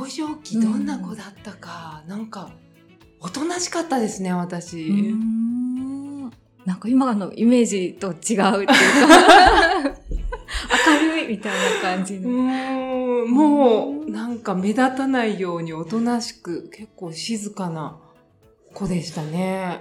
幼少期どんな子だったか、なんかおとなしかったですね、私。 なんか今のイメージと違うっていうか明るいみたいな感じの。 もうなんか目立たないようにおとなしく、結構静かな子でしたね。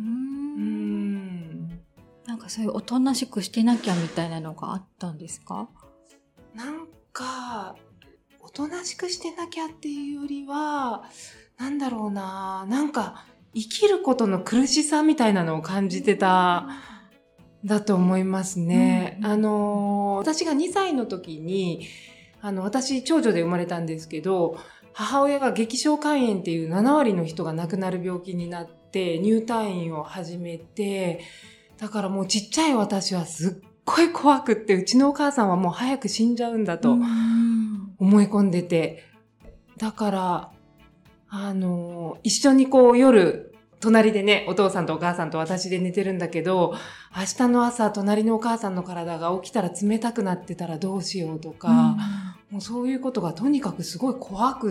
なんかそういうおとなしくしてなきゃみたいなのがあったんですか？ なんかおとなしくしてなきゃっていうよりは、なんだろうな、なんか生きることの苦しさみたいなのを感じてただと思いますね。私が2歳の時に、私長女で生まれたんですけど、母親が激小肝炎っていう7割の人が亡くなる病気になって入退院を始めて、だからもうちっちゃい私はすっごい怖くって、うちのお母さんはもう早く死んじゃうんだと思い込んでて、だから一緒にこう夜隣でね、お父さんとお母さんと私で寝てるんだけど、明日の朝隣のお母さんの体が起きたら冷たくなってたらどうしようとか、もうそういうことがとにかくすごい怖くって、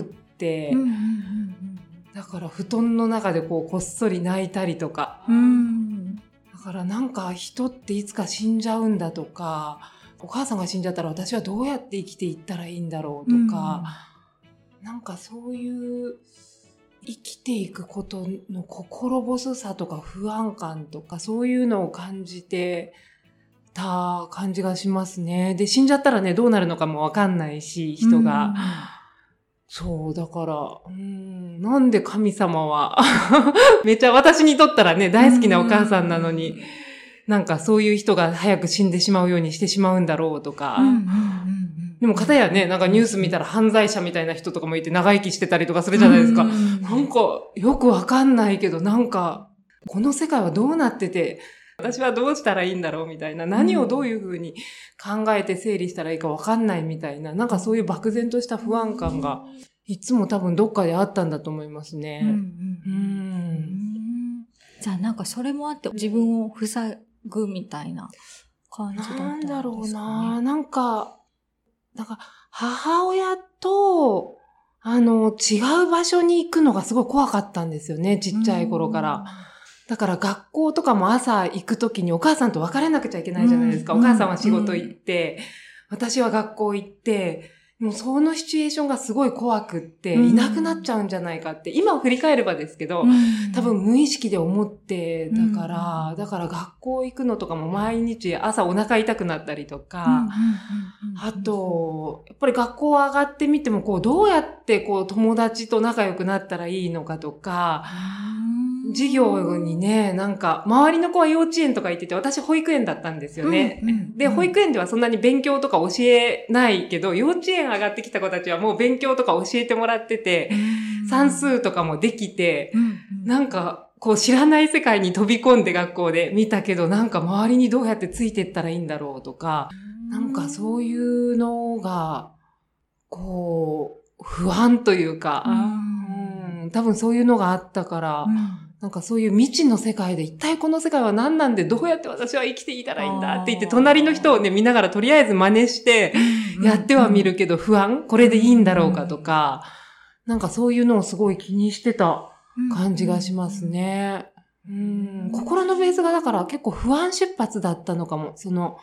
だから布団の中でこっそり泣いたりとか、だからなんか人っていつか死んじゃうんだとか、お母さんが死んじゃったら私はどうやって生きていったらいいんだろうとか、なんかそういう生きていくことの心細さとか不安感とかそういうのを感じてた感じがしますね。で、死んじゃったらね、どうなるのかもわかんないし、人が。そう、だから、なんで神様は、めっちゃ私にとったらね、大好きなお母さんなのに、なんかそういう人が早く死んでしまうようにしてしまうんだろうとか。でも片やね、なんかニュース見たら犯罪者みたいな人とかもいて長生きしてたりとかするじゃないですか。なんかよくわかんないけど、なんかこの世界はどうなってて、私はどうしたらいいんだろうみたいな、何をどういうふうに考えて整理したらいいかわかんないみたいな、なんかそういう漠然とした不安感がいつも多分どっかであったんだと思いますね。 じゃあなんかそれもあって自分を塞ぐみたいな感じだったんですかね。 なんだろうな、なんか母親と違う場所に行くのがすごい怖かったんですよね、ちっちゃい頃から。だから学校とかも朝行くときにお母さんと別れなくちゃいけないじゃないですか。お母さんは仕事行って、私は学校行って、もうそのシチュエーションがすごい怖くって、いなくなっちゃうんじゃないかって、今を振り返ればですけど、多分無意識で思って、だから学校行くのとかも毎日朝お腹痛くなったりとか、あと、やっぱり学校上がってみても、どうやって友達と仲良くなったらいいのかとか、授業にね、なんか、周りの子は幼稚園とか行ってて、私保育園だったんですよね。で、保育園ではそんなに勉強とか教えないけど、幼稚園上がってきた子たちはもう勉強とか教えてもらってて、算数とかもできて、なんか、知らない世界に飛び込んで学校で見たけど、なんか周りにどうやってついてったらいいんだろうとか、なんかそういうのが、不安というか、多分そういうのがあったから、なんかそういう未知の世界で一体この世界は何なんでどうやって私は生きていたらいいんだって言って隣の人をね見ながらとりあえず真似してやってはみるけど不安これでいいんだろうかとかなんかそういうのをすごい気にしてた感じがしますね。心のベースがだから結構不安出発だったのかも。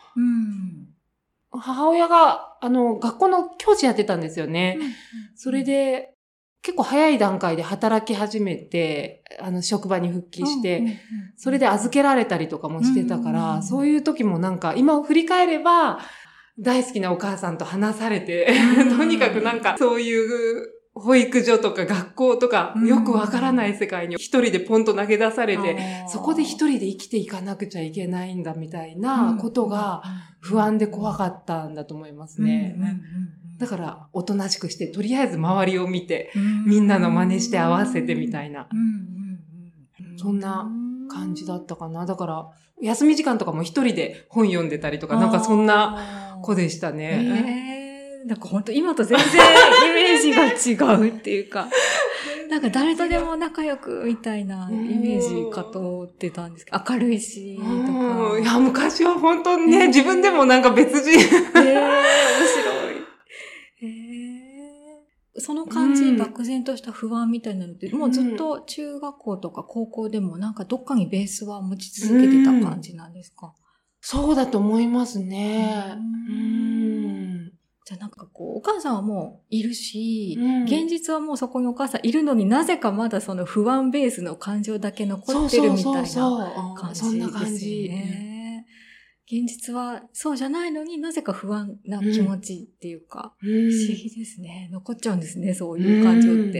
母親が学校の教師やってたんですよね。それで結構早い段階で働き始めて、職場に復帰して、それで預けられたりとかもしてたから、そういう時もなんか、今を振り返れば、大好きなお母さんと話されて、とにかくなんか、そういう保育所とか学校とか、よくわからない世界に一人でポンと投げ出されて、そこで一人で生きていかなくちゃいけないんだみたいなことが不安で怖かったんだと思いますね。だから、おとなしくして、とりあえず周りを見て、みんなの真似して合わせてみたいな。そんな感じだったかな。だから、休み時間とかも一人で本読んでたりとか、なんかそんな子でしたね。 なんか本当今と全然イメージが違うっていうか、なんか誰とでも仲良くみたいなイメージかと思ってたんですけど、明るいし、とか。 いや、昔は本当にね、自分でもなんか別人。 面白い。 その感じ、 うん、 漠然とした不安みたいなのって、もうずっと中学校とか高校でもなんかどっかにベースは持ち続けてた感じなんですか？ そうだと思いますうね。 じゃあなんかこう、お母さんはもういるし、 うん、 現実はもうそこにお母さんいるのになぜかまだその不安ベースの感情だけ残ってるみたいな感そんなじですよ感じ。 ね。現実はそうじゃないのになぜか不安な気持ちっていうか、不思議ですね。残っちゃうんですね、そういう感情って。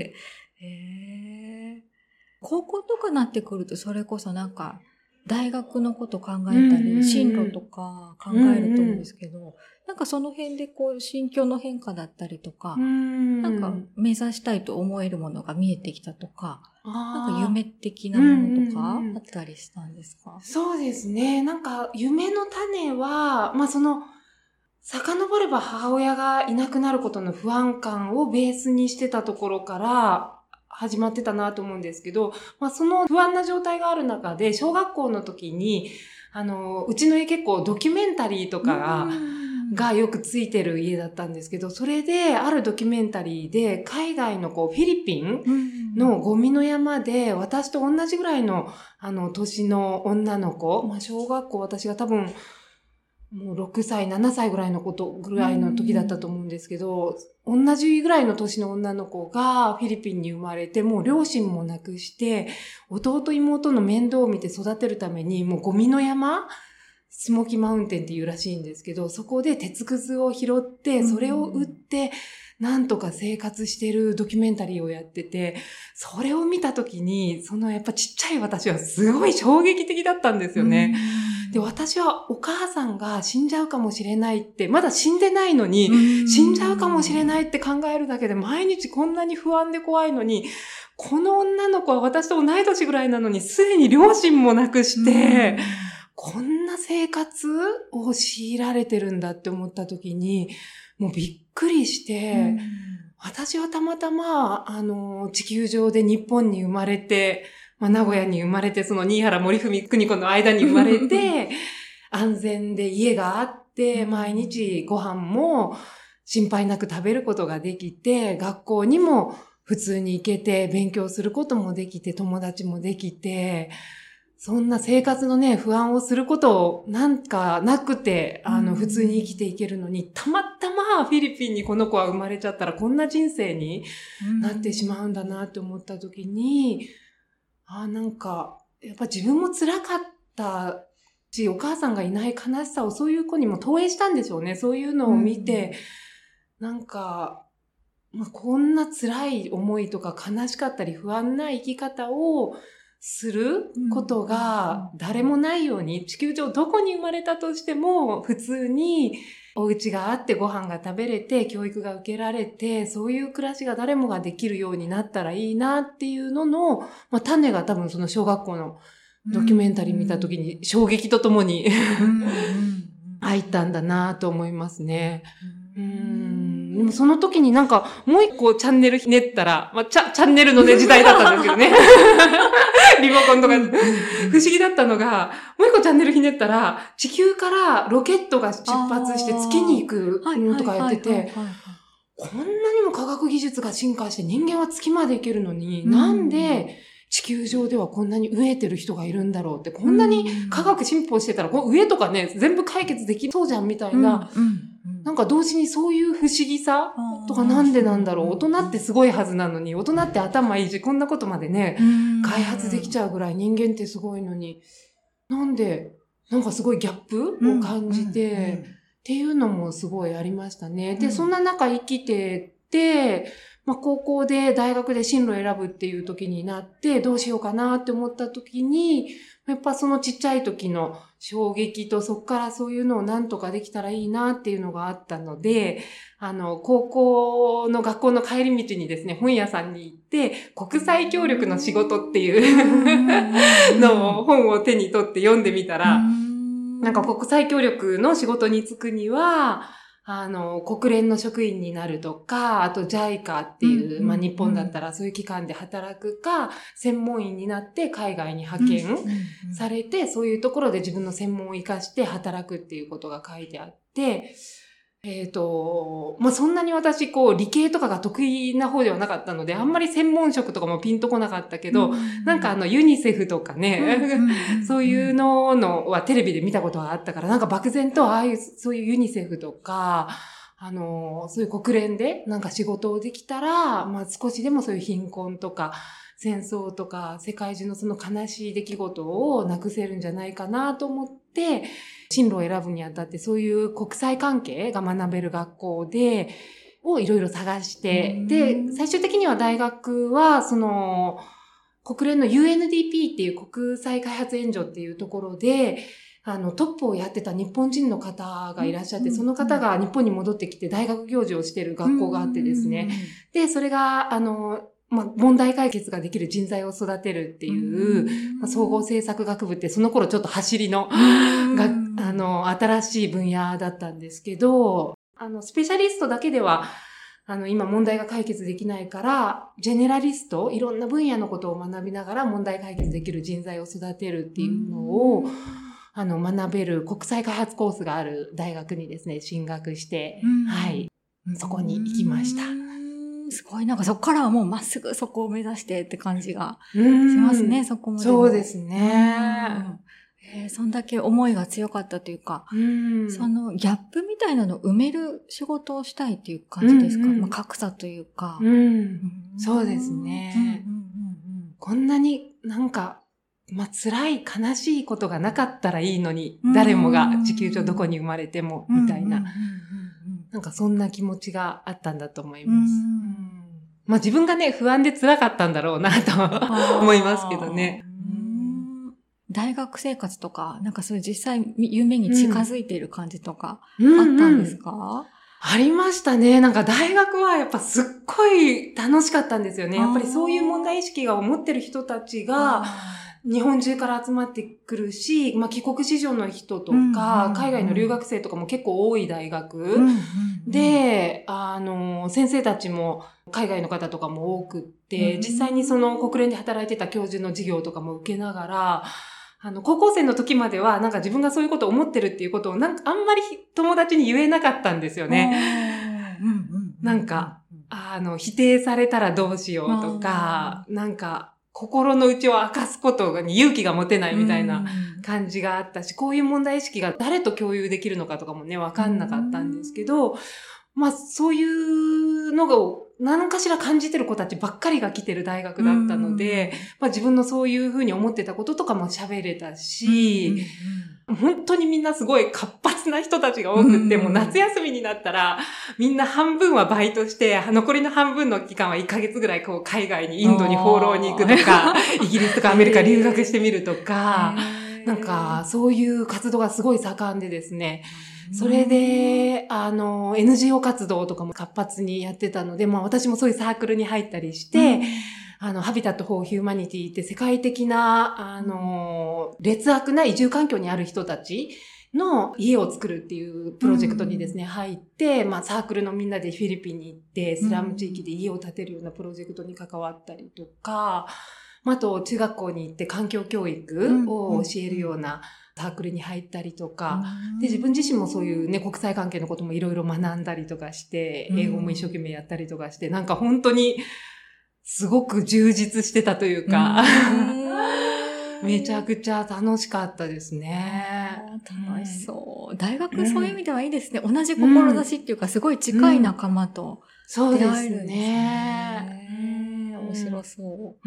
高校とかなってくるとそれこそなんか、大学のこと考えたり、進路とか考えると思うんですけど、なんかその辺でこう、心境の変化だったりとか、なんか目指したいと思えるものが見えてきたとか、なんか夢的なものとかあったりしたんですか？ そうですね。なんか夢の種は、遡れば母親がいなくなることの不安感をベースにしてたところから始まってたなと思うんですけど、その不安な状態がある中で、小学校の時に、うちの家結構ドキュメンタリーとかがよくついてる家だったんですけど、それであるドキュメンタリーで海外のフィリピンのゴミの山で私と同じぐらいの年の女の子、小学校私が多分もう6歳、7歳ぐらいのことぐらいの時だったと思うんですけど、同じぐらいの年の女の子がフィリピンに生まれて、もう両親も亡くして、弟妹の面倒を見て育てるために、もうゴミの山、スモーキーマウンテンっていうらしいんですけど、そこで鉄くずを拾って、それを売って、なんとか生活してるドキュメンタリーをやってて、それを見たときに、やっぱちっちゃい私はすごい衝撃的だったんですよね。で、私はお母さんが死んじゃうかもしれないって、まだ死んでないのに、死んじゃうかもしれないって考えるだけで毎日こんなに不安で怖いのに、この女の子は私と同い年ぐらいなのに、すでに両親も亡くして、こんな生活を強いられてるんだって思った時に、もうびっくりして、私はたまたま、地球上で日本に生まれて、名古屋に生まれて、その新原森文邦子の間に生まれて、安全で家があって、毎日ご飯も心配なく食べることができて、学校にも普通に行けて、勉強することもできて、友達もできて、そんな生活のね、不安をすることなんかなくて、普通に生きていけるのに、たまたまフィリピンにこの子は生まれちゃったらこんな人生になってしまうんだなって思った時に、なんか、やっぱ自分も辛かったし、お母さんがいない悲しさをそういう子にも投影したんでしょうね。そういうのを見て、なんか、こんな辛い思いとか悲しかったり不安な生き方をすることが誰もないように、地球上どこに生まれたとしても普通にお家があってご飯が食べれて教育が受けられて、そういう暮らしが誰もができるようになったらいいなっていうのの、種が多分その小学校のドキュメンタリー見た時に衝撃とともに入ったんだなと思いますね。でもその時になんかもう一個チャンネルひねったら、チャンネルのね時代だったんですけどね。リモコンとか不思議だったのが、もう一個チャンネルひねったら、地球からロケットが出発して月に行くとかやってて、こんなにも科学技術が進化して人間は月まで行けるのに、なんで地球上ではこんなに飢えてる人がいるんだろうって、こんなに科学進歩してたら、この飢えとかね、全部解決できそうじゃんみたいな、なんか同時にそういう不思議さとかなんでなんだろう。大人ってすごいはずなのに、大人って頭いいし、こんなことまでね、開発できちゃうぐらい人間ってすごいのに、なんで、なんかすごいギャップを感じて、っていうのもすごいありましたね。で、そんな中生きてて、高校で大学で進路選ぶっていう時になって、どうしようかなって思った時に、やっぱそのちっちゃい時の衝撃とそっからそういうのをなんとかできたらいいなっていうのがあったので、高校の学校の帰り道にですね、本屋さんに行って、国際協力の仕事っていうのを本を手に取って読んでみたら、なんか国際協力の仕事に就くには、国連の職員になるとか、あと JICA っていう、日本だったらそういう機関で働くか、専門員になって海外に派遣されて、そういうところで自分の専門を活かして働くっていうことが書いてあって、 そんなに私、理系とかが得意な方ではなかったので、あんまり専門職とかもピンとこなかったけど、なんかユニセフとかね、そういうのはテレビで見たことがあったから、なんか漠然と、そういうユニセフとか、そういう国連でなんか仕事をできたら、少しでもそういう貧困とか、戦争とか、世界中のその悲しい出来事をなくせるんじゃないかなと思って、進路を選ぶにあたってそういう国際関係が学べる学校をいろいろ探して、で、最終的には大学は、国連の UNDP っていう国際開発援助っていうところで、トップをやってた日本人の方がいらっしゃって、その方が日本に戻ってきて大学教授をしている学校があってですね。で、それが、問題解決ができる人材を育てるっていう、総合政策学部ってその頃ちょっと走りの、新しい分野だったんですけど、スペシャリストだけでは、今問題が解決できないから、ジェネラリスト、いろんな分野のことを学びながら問題解決できる人材を育てるっていうのを、学べる国際開発コースがある大学にですね、進学して、はい、そこに行きました。 すごい、なんかそこからはもうまっすぐそこを目指してって感じがしますね、そこまで。 そうですね。 そんだけ思いが強かったというか、そのギャップみたいなのを埋める仕事をしたいっていう感じですか？格差というか。 そうですね。こんなになんか、辛い悲しいことがなかったらいいのに、誰もが地球上どこに生まれても、みたいな。なんかそんな気持ちがあったんだと思います。自分がね、不安で辛かったんだろうなと思いますけどね。 大学生活とか、なんかそういう実際夢に近づいている感じとか、あったんですか？ ありましたね。なんか大学はやっぱすっごい楽しかったんですよね。やっぱりそういう問題意識が持ってる人たちが、日本中から集まってくるし、帰国子女の人とか、海外の留学生とかも結構多い大学で、先生たちも海外の方とかも多くって、実際にその国連で働いてた教授の授業とかも受けながら、高校生の時まではなんか自分がそういうことを思ってるっていうことをなんかあんまり友達に言えなかったんですよね。なんか、否定されたらどうしようとか、なんか、心の内を明かすことに勇気が持てないみたいな感じがあったし、こういう問題意識が誰と共有できるのかとかもね、わかんなかったんですけど、そういうのが何かしら感じてる子たちばっかりが来てる大学だったので、自分のそういうふうに思ってたこととかも喋れたし、本当にみんなすごい活発な人たちが多くって、もう夏休みになったら、みんな半分はバイトして、残りの半分の期間は1ヶ月ぐらい海外にインドに放浪に行くとか、イギリスとかアメリカ留学してみるとか、なんかそういう活動がすごい盛んでですね、それで、NGO 活動とかも活発にやってたので、私もそういうサークルに入ったりして、ハビタット・フォー・ヒューマニティって世界的な、劣悪な移住環境にある人たちの家を作るっていうプロジェクトにですね、入って、サークルのみんなでフィリピンに行って、スラム地域で家を建てるようなプロジェクトに関わったりとか、あと、中学校に行って環境教育を教えるようなサークルに入ったりとか、で、自分自身もそういうね、国際関係のこともいろいろ学んだりとかして、英語も一生懸命やったりとかして、なんか本当に、すごく充実してたというか、めちゃくちゃ楽しかったですね。 楽しそう。大学そういう意味ではいいですね。同じ志っていうか、すごい近い仲間と出会えるんですね。面白そう。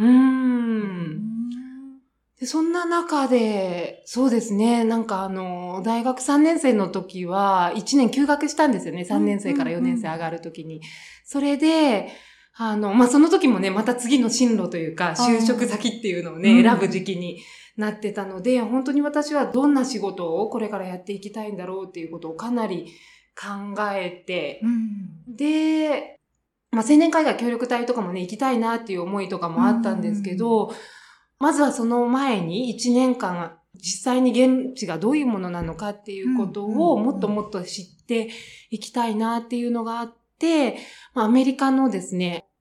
でそんな中で、そうですね、なんか大学3年生の時は、1年休学したんですよね。3年生から4年生上がる時に。それで、その時もね、また次の進路というか、就職先っていうのをね、選ぶ時期になってたので、本当に私はどんな仕事をこれからやっていきたいんだろうっていうことをかなり考えて、で、青年海外協力隊とかもね、行きたいなっていう思いとかもあったんですけど、まずはその前に1年間、実際に現地がどういうものなのかっていうことをもっともっと知っていきたいなっていうのがあって、アメリカのですね、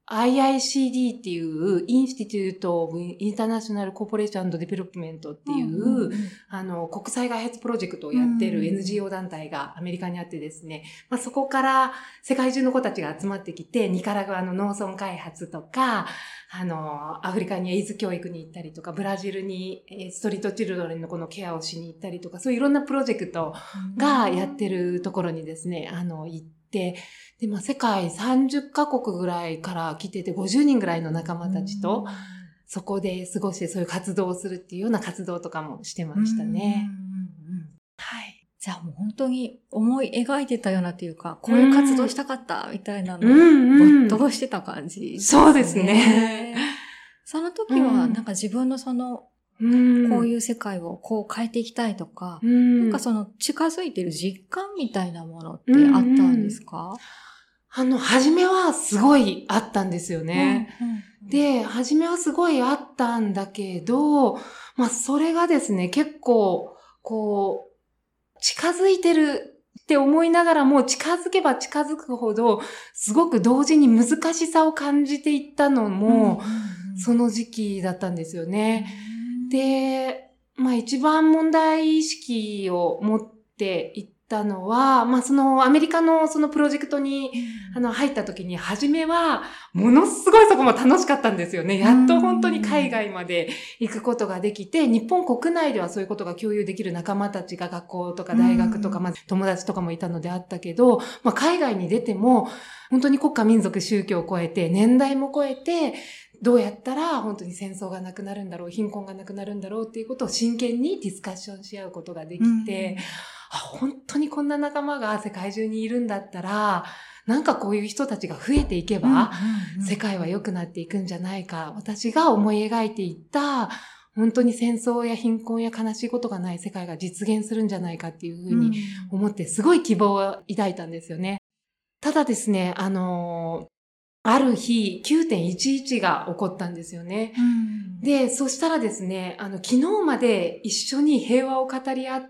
IICD っていう、インスティテュート・オブ・インターナショナル・コーポレーション・デベロップメントっていう、国際開発プロジェクトをやってる NGO 団体がアメリカにあってですね、そこから世界中の子たちが集まってきて、ニカラグアの農村開発とか、アフリカにエイズ教育に行ったりとか、ブラジルにストリートチルドレンの子のケアをしに行ったりとか、そういういろんなプロジェクトがやってるところにですね、行って、で、世界30カ国ぐらいから来てて、50人ぐらいの仲間たちと、そこで過ごして、そういう活動をするっていうような活動とかもしてましたね。 はい。じゃあもう本当に思い描いてたようなっていうか、こういう活動したかったみたいなのを没頭してた感じですね。 そうですね。 その時はなんか自分のこういう世界をこう変えていきたいとか、なんか近づいてる実感みたいなものってあったんですか？ 初めはすごいあったんですよね。で、初めはすごいあったんだけど、それがですね、結構、近づいてるって思いながらも、近づけば近づくほど、すごく同時に難しさを感じていったのも、その時期だったんですよね。で、一番問題意識を持っていったのは、アメリカのそのプロジェクトに、入った時に、初めは、ものすごいそこも楽しかったんですよね。やっと本当に海外まで行くことができて、日本国内ではそういうことが共有できる仲間たちが学校とか大学とか、友達とかもいたのであったけど、海外に出ても、本当に国家民族宗教を超えて、年代も超えて、どうやったら本当に戦争がなくなるんだろう、貧困がなくなるんだろうっていうことを真剣にディスカッションし合うことができて、本当にこんな仲間が世界中にいるんだったら、なんかこういう人たちが増えていけば、世界は良くなっていくんじゃないか。私が思い描いていった、本当に戦争や貧困や悲しいことがない世界が実現するんじゃないかっていうふうに思って、すごい希望を抱いたんですよね。ただですね、ある日、9.11 が起こったんですよね。で、そしたらですね、昨日まで一緒に平和を語り合った、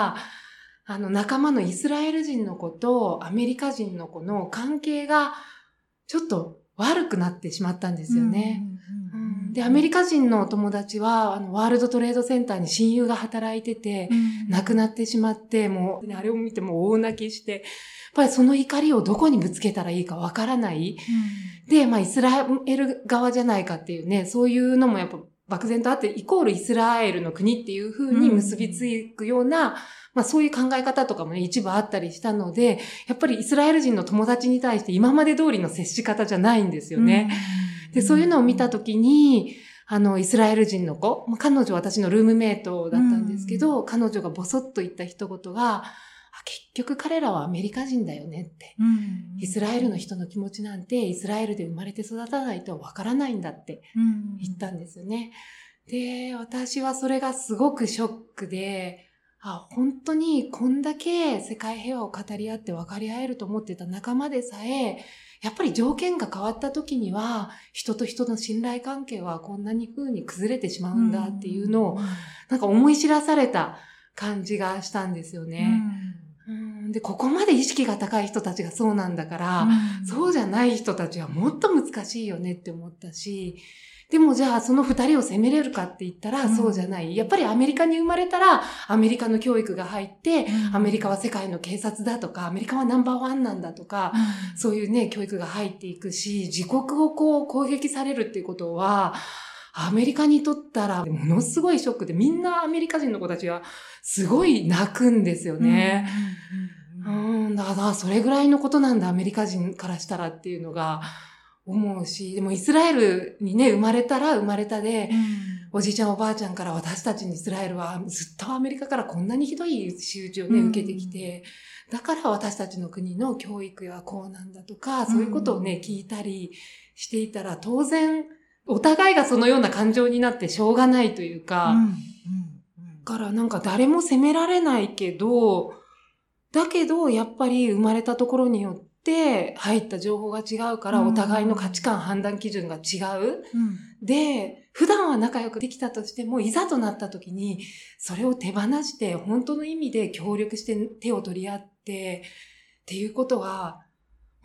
仲間のイスラエル人の子とアメリカ人の子の関係がちょっと悪くなってしまったんですよね。で、アメリカ人のお友達は、ワールドトレードセンターに親友が働いてて、亡くなってしまって、もう、あれを見ても大泣きして、やっぱりその怒りをどこにぶつけたらいいかわからない。で、イスラエル側じゃないかっていうね、そういうのもやっぱ漠然とあって、イコールイスラエルの国っていう風に結びつくような、そういう考え方とかもね、一部あったりしたので、やっぱりイスラエル人の友達に対して今まで通りの接し方じゃないんですよね。で、そういうのを見たときに、イスラエル人の子、彼女は私のルームメイトだったんですけど、彼女がボソッと言った一言が、結局彼らはアメリカ人だよねって、イスラエルの人の気持ちなんてイスラエルで生まれて育たないとわからないんだって言ったんですよね。で、私はそれがすごくショックで、本当にこんだけ世界平和を語り合って分かり合えると思ってた仲間でさえ、やっぱり条件が変わった時には、人と人の信頼関係はこんなに風に崩れてしまうんだっていうのを、なんか思い知らされた感じがしたんですよね。で、ここまで意識が高い人たちがそうなんだから、そうじゃない人たちはもっと難しいよねって思ったし、でもじゃあその二人を責めれるかって言ったらそうじゃない。やっぱりアメリカに生まれたらアメリカの教育が入って、アメリカは世界の警察だとか、アメリカはナンバーワンなんだとか、そういうね、教育が入っていくし、自国を攻撃されるっていうことは、アメリカにとったらものすごいショックで、みんなアメリカ人の子たちはすごい泣くんですよね。だからそれぐらいのことなんだ、アメリカ人からしたらっていうのが思うし、でもイスラエルにね、生まれたら生まれたで、おじいちゃんおばあちゃんから私たちにイスラエルはずっとアメリカからこんなにひどい仕打ちをね、受けてきて、だから私たちの国の教育はこうなんだとか、そういうことをね、聞いたりしていたら、当然、お互いがそのような感情になってしょうがないというか、だからなんか誰も責められないけど、だけどやっぱり生まれたところによって入った情報が違うから、お互いの価値観、判断基準が違う。で、普段は仲良くできたとしても、いざとなった時に、それを手放して、本当の意味で協力して手を取り合って、っていうことは、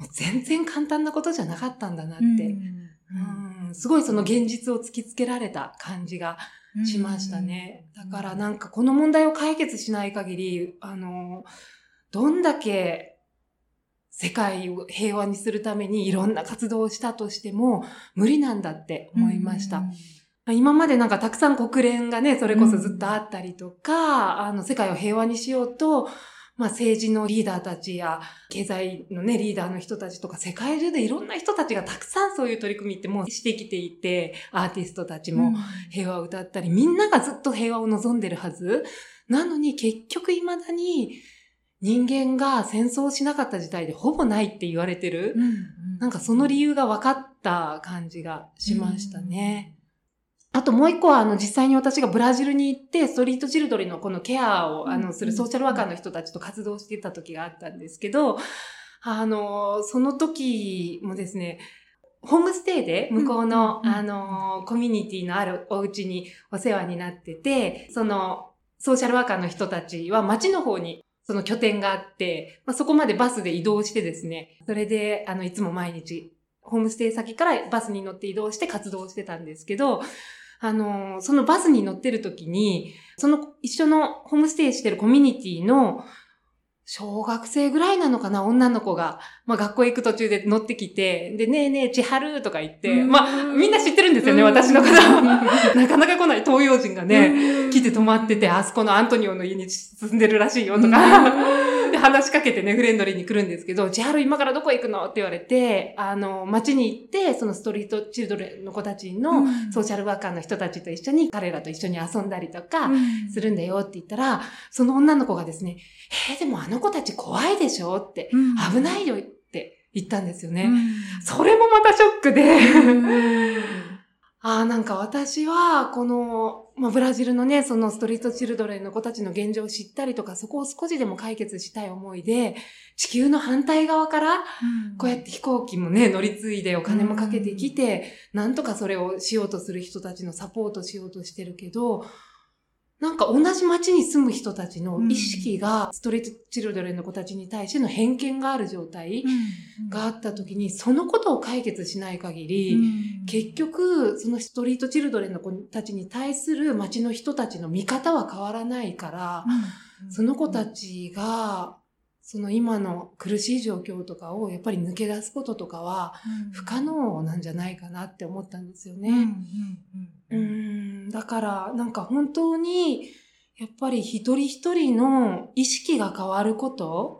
もう全然簡単なことじゃなかったんだなって、すごいその現実を突きつけられた感じがしましたね。だからなんかこの問題を解決しない限り、どんだけ世界を平和にするためにいろんな活動をしたとしても無理なんだって思いました。今までなんかたくさん国連がね、それこそずっとあったりとか、世界を平和にしようと、政治のリーダーたちや経済のね、リーダーの人たちとか世界中でいろんな人たちがたくさんそういう取り組みってもうしてきていて、アーティストたちも平和を歌ったり、みんながずっと平和を望んでるはず。なのに結局未だに人間が戦争をしなかった時代でほぼないって言われてる。なんかその理由が分かった感じがしましたね。あともう一個は、実際に私がブラジルに行って、ストリートチルドレンのこのケアを、するソーシャルワーカーの人たちと活動してた時があったんですけど、その時もですね、ホームステイで向こうの、コミュニティのあるお家にお世話になってて、その、ソーシャルワーカーの人たちは街の方にその拠点があって、そこまでバスで移動してですね、それで、いつも毎日、ホームステイ先からバスに乗って移動して活動してたんですけど、そのバスに乗ってる時に、その一緒のホームステイしてるコミュニティの小学生ぐらいなのかな、女の子が、学校行く途中で乗ってきて、で、ねえねえ、千春とか言って、みんな知ってるんですよね、私のこと。なかなか来ない東洋人がね、来て泊まってて、あそこのアントニオの家に住んでるらしいよとか、で、話しかけてね、フレンドリーに来るんですけど、千春今からどこ行くのって言われて、街に行って、そのストリートチルドレンの子たちのソーシャルワーカーの人たちと一緒に、彼らと一緒に遊んだりとか、するんだよって言ったら、その女の子がですね、でもあの子たち怖いでしょって、危ないよって言ったんですよね。それもまたショックで、なんか私は、この、ブラジルのね、そのストリートチルドレンの子たちの現状を知ったりとか、そこを少しでも解決したい思いで、地球の反対側から、こうやって飛行機もね、乗り継いでお金もかけてきて、なんとかそれをしようとする人たちのサポートしようとしてるけど、なんか同じ街に住む人たちの意識が、ストリートチルドレンの子たちに対しての偏見がある状態があった時に、そのことを解決しない限り、結局、そのストリートチルドレンの子たちに対する街の人たちの見方は変わらないから、その子たちが、その今の苦しい状況とかをやっぱり抜け出すこととかは不可能なんじゃないかなって思ったんですよね。だからなんか本当にやっぱり一人一人の意識が変わること、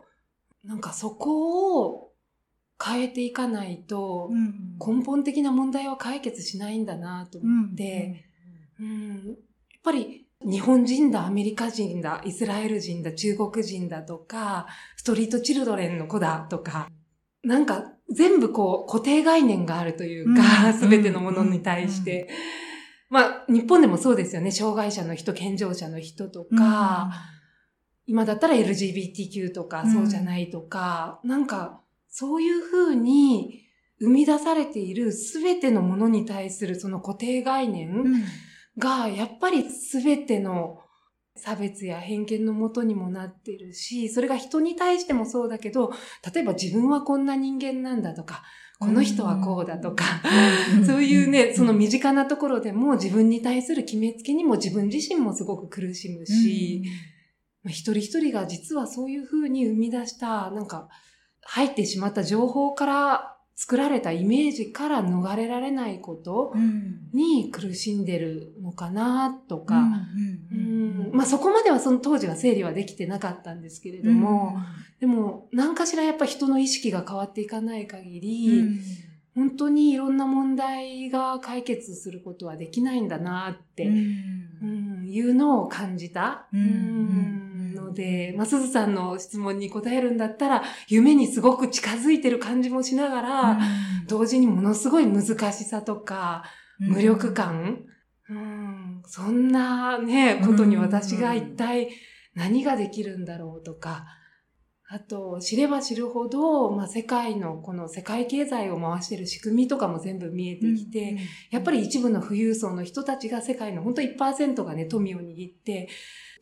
なんかそこを変えていかないと根本的な問題は解決しないんだなと思って、やっぱり日本人だ、アメリカ人だ、イスラエル人だ、中国人だとか、ストリートチルドレンの子だとか、なんか全部こう固定概念があるというか、すべてのものに対して。日本でもそうですよね。障害者の人、健常者の人とか、今だったら LGBTQ とか、そうじゃないとか、なんかそういうふうに生み出されているすべてのものに対するその固定概念、が、やっぱりすべての差別や偏見のもとにもなっているし、それが人に対してもそうだけど、例えば自分はこんな人間なんだとか、この人はこうだとか、そういうね、その身近なところでも自分に対する決めつけにも自分自身もすごく苦しむし、一人一人が実はそういうふうに生み出した、なんか入ってしまった情報から作られたイメージから逃れられないことに苦しんでるのかなとか、そこまではその当時は整理はできてなかったんですけれども、でも何かしらやっぱ人の意識が変わっていかない限り、本当にいろんな問題が解決することはできないんだなって、いうのを感じた。ので、すずさんの質問に答えるんだったら、夢にすごく近づいてる感じもしながら、同時にものすごい難しさとか、無力感、そんなね、ことに私が一体何ができるんだろうとか、あと、知れば知るほど、世界のこの世界経済を回している仕組みとかも全部見えてきて、やっぱり一部の富裕層の人たちが世界の本当 1% がね、富を握って、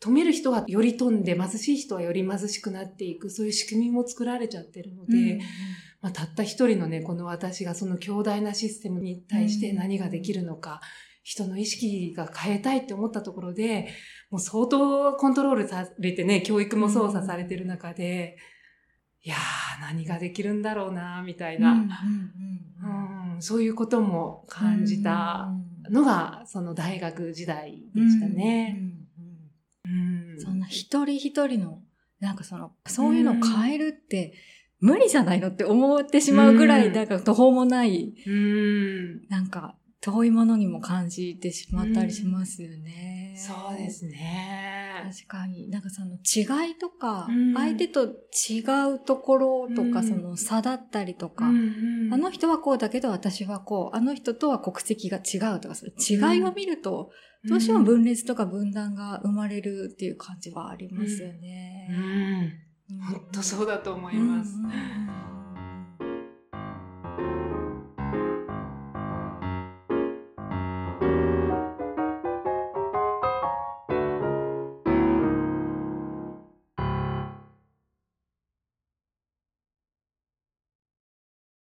富める人はより富んで、貧しい人はより貧しくなっていく、そういう仕組みも作られちゃってるので、まあ、たった一人のね、この私がその強大なシステムに対して何ができるのか、人の意識が変えたいって思ったところで、もう相当コントロールされてね、教育も操作されてる中で、いやー、何ができるんだろうな、みたいな、そういうことも感じたのが、その大学時代でしたね。 そんな一人一人の、なんかそういうのを変えるって、無理じゃないのって思ってしまうぐらい、なんか途方もない、なんか遠いものにも感じてしまったりしますよね。 そうですね。 確かに。なんかその違いとか、相手と違うところとか、その差だったりとか、あの人はこうだけど私はこう、あの人とは国籍が違うとか、それ違いを見ると、どうしても分裂とか分断が生まれるっていう感じはありますよね。 本当そうだと思います。